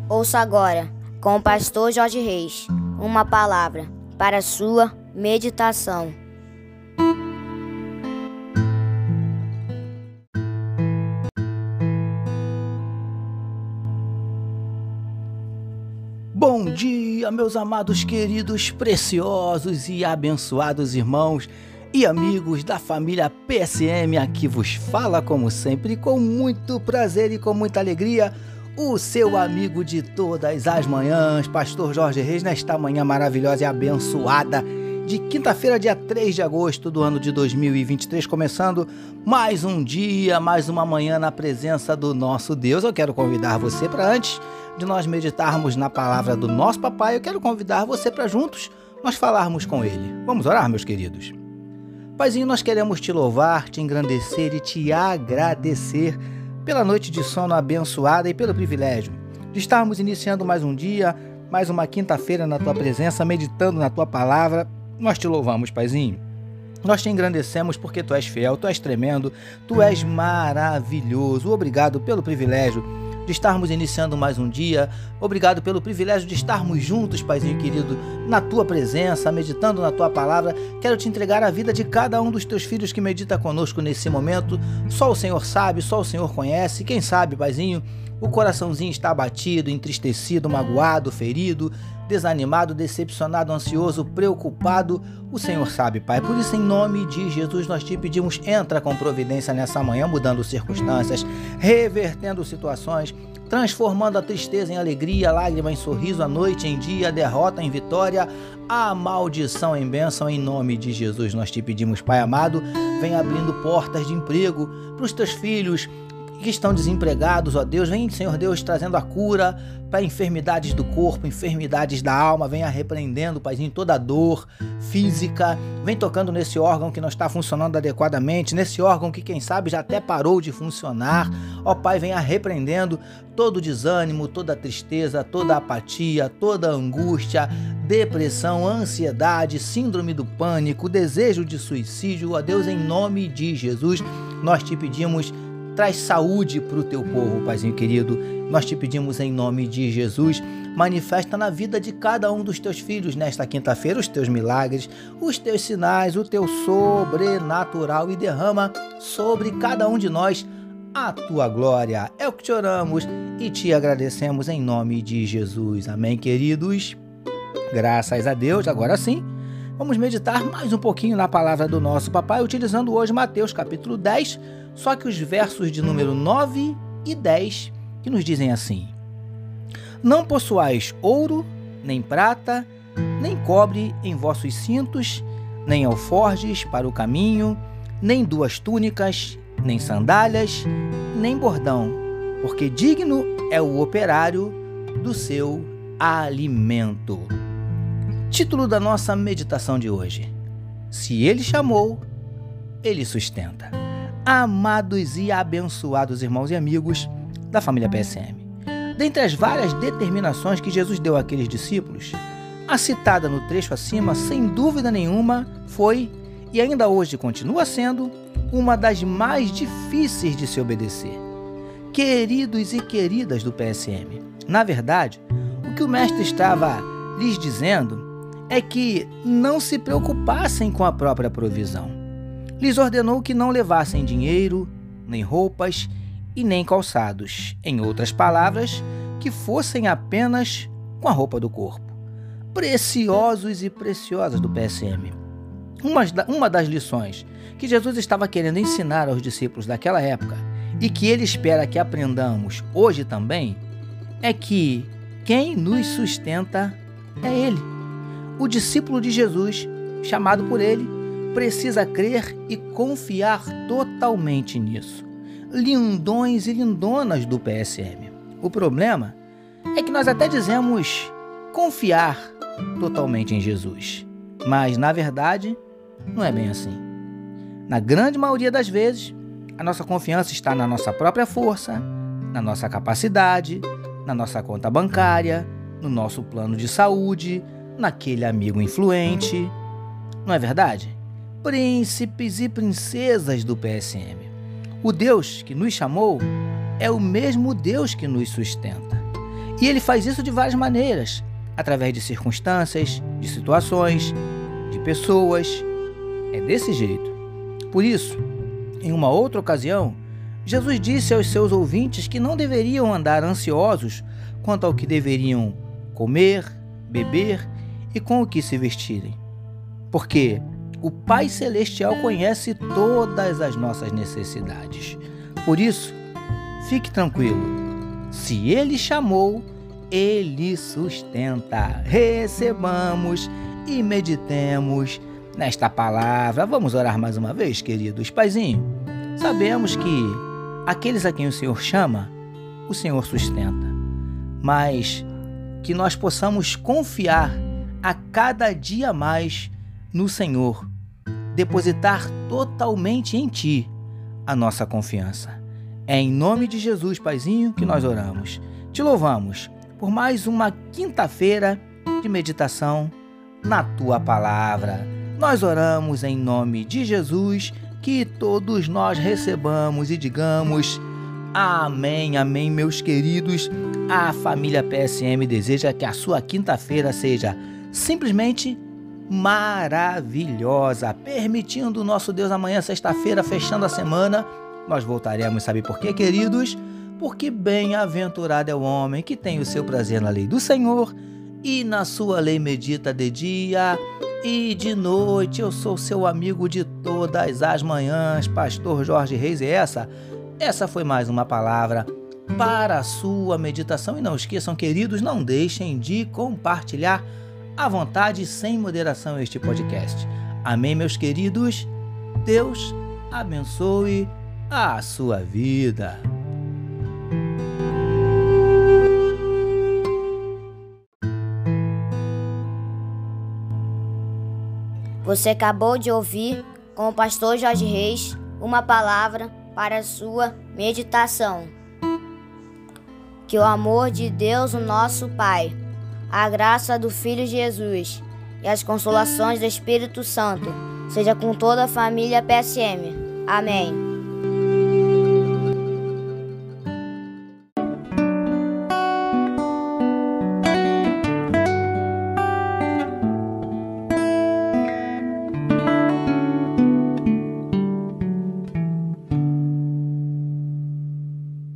Ouça agora, com o pastor Jorge Reis, uma palavra para a sua meditação. Bom dia, meus amados, queridos, preciosos e abençoados irmãos e amigos da família PSM. Aqui vos fala, como sempre, com muito prazer e com muita alegria, o seu amigo de todas as manhãs, pastor Jorge Reis, nesta manhã maravilhosa e abençoada de quinta-feira, dia 3 de agosto do ano de 2023, começando mais um dia, mais uma manhã na presença do nosso Deus. Eu quero convidar você para, antes de nós meditarmos na palavra do nosso papai, eu quero convidar você para juntos nós falarmos com ele. Vamos orar, meus queridos? Paizinho, nós queremos te louvar, te engrandecer e te agradecer pela noite de sono abençoada e pelo privilégio de estarmos iniciando mais um dia, mais uma quinta-feira na tua presença, meditando na tua palavra. Nós te louvamos, Paizinho. Nós te engrandecemos porque tu és fiel, tu és tremendo, tu és maravilhoso. Obrigado pelo privilégio de estarmos iniciando mais um dia. Obrigado pelo privilégio de estarmos juntos, Paizinho querido, na tua presença, meditando na tua palavra. Quero te entregar a vida de cada um dos teus filhos que medita conosco nesse momento. Só o Senhor sabe, só o Senhor conhece. Quem sabe, Paizinho, o coraçãozinho está abatido, entristecido, magoado, ferido, desanimado, decepcionado, ansioso, preocupado. O Senhor sabe, Pai. Por isso, em nome de Jesus, nós te pedimos, entra com providência nessa manhã, mudando circunstâncias, revertendo situações, transformando a tristeza em alegria, a lágrima em sorriso, a noite em dia, a derrota em vitória, a maldição em bênção. Em nome de Jesus, nós te pedimos, Pai amado, vem abrindo portas de emprego para os teus filhos que estão desempregados, ó Deus. Vem, Senhor Deus, trazendo a cura para enfermidades do corpo, enfermidades da alma. Venha repreendendo, Paizinho, toda dor física. Vem tocando nesse órgão que não está funcionando adequadamente, nesse órgão que, quem sabe, já até parou de funcionar. Ó Pai, venha repreendendo todo desânimo, toda tristeza, toda apatia, toda angústia, depressão, ansiedade, síndrome do pânico, desejo de suicídio. Ó Deus, em nome de Jesus, nós te pedimos, traz saúde para o teu povo, Paizinho querido. Nós te pedimos em nome de Jesus, manifesta na vida de cada um dos teus filhos nesta quinta-feira os teus milagres, os teus sinais, o teu sobrenatural e derrama sobre cada um de nós a tua glória. É o que te oramos e te agradecemos em nome de Jesus. Amém, queridos? Graças a Deus. Agora sim, vamos meditar mais um pouquinho na palavra do nosso papai, utilizando hoje Mateus capítulo 10, só que os versos de número 9 e 10, que nos dizem assim: Não possuais ouro, nem prata, nem cobre em vossos cintos, nem alforjes para o caminho, nem 2 túnicas, nem sandálias, nem bordão, porque digno é o operário do seu alimento. Título da nossa meditação de hoje: Se Ele chamou, Ele sustenta. Amados e abençoados irmãos e amigos da família PSM, dentre as várias determinações que Jesus deu àqueles discípulos, a citada no trecho acima, sem dúvida nenhuma, foi, e ainda hoje continua sendo, uma das mais difíceis de se obedecer. Queridos e queridas do PSM, na verdade, o que o mestre estava lhes dizendo é que não se preocupassem com a própria provisão. Lhes ordenou que não levassem dinheiro, nem roupas e nem calçados. Em outras palavras, que fossem apenas com a roupa do corpo. Preciosos e preciosas do PSM. Uma das lições que Jesus estava querendo ensinar aos discípulos daquela época e que ele espera que aprendamos hoje também é que quem nos sustenta é Ele. O discípulo de Jesus, chamado por Ele, precisa crer e confiar totalmente nisso. Lindões e lindonas do PSM. O problema é que nós até dizemos confiar totalmente em Jesus, mas na verdade não é bem assim. Na grande maioria das vezes, a nossa confiança está na nossa própria força, na nossa capacidade, na nossa conta bancária, no nosso plano de saúde, naquele amigo influente. Não é verdade? Príncipes e princesas do PSM. O Deus que nos chamou é o mesmo Deus que nos sustenta. E ele faz isso de várias maneiras, através de circunstâncias, de situações, de pessoas. É desse jeito. Por isso, em uma outra ocasião, Jesus disse aos seus ouvintes que não deveriam andar ansiosos quanto ao que deveriam comer, beber e com o que se vestirem. Porque o Pai Celestial conhece todas as nossas necessidades. Por isso, fique tranquilo. Se Ele chamou, Ele sustenta. Recebamos e meditemos nesta palavra. Vamos orar mais uma vez, queridos. Paizinho, sabemos que aqueles a quem o Senhor chama, o Senhor sustenta. Mas que nós possamos confiar a cada dia mais no Senhor, depositar totalmente em Ti a nossa confiança. É em nome de Jesus, Paizinho, que nós oramos. Te louvamos por mais uma quinta-feira de meditação na Tua Palavra. Nós oramos em nome de Jesus, que todos nós recebamos e digamos amém, amém, meus queridos. A família PSM deseja que a sua quinta-feira seja simplesmente maravilhosa. Permitindo o nosso Deus, amanhã, sexta-feira, fechando a semana, nós voltaremos, sabe por quê, queridos? Porque bem-aventurado é o homem que tem o seu prazer na lei do Senhor e na sua lei medita de dia e de noite. Eu sou seu amigo de todas as manhãs, Pastor Jorge Reis, e essa foi mais uma palavra para a sua meditação. E não esqueçam, queridos, não deixem de compartilhar à vontade, sem moderação, este podcast. Amém, meus queridos? Deus abençoe a sua vida. Você acabou de ouvir, com o pastor Jorge Reis, uma palavra para a sua meditação. Que o amor de Deus, o nosso Pai, a graça do Filho Jesus e as consolações do Espírito Santo seja com toda a família PSM. Amém.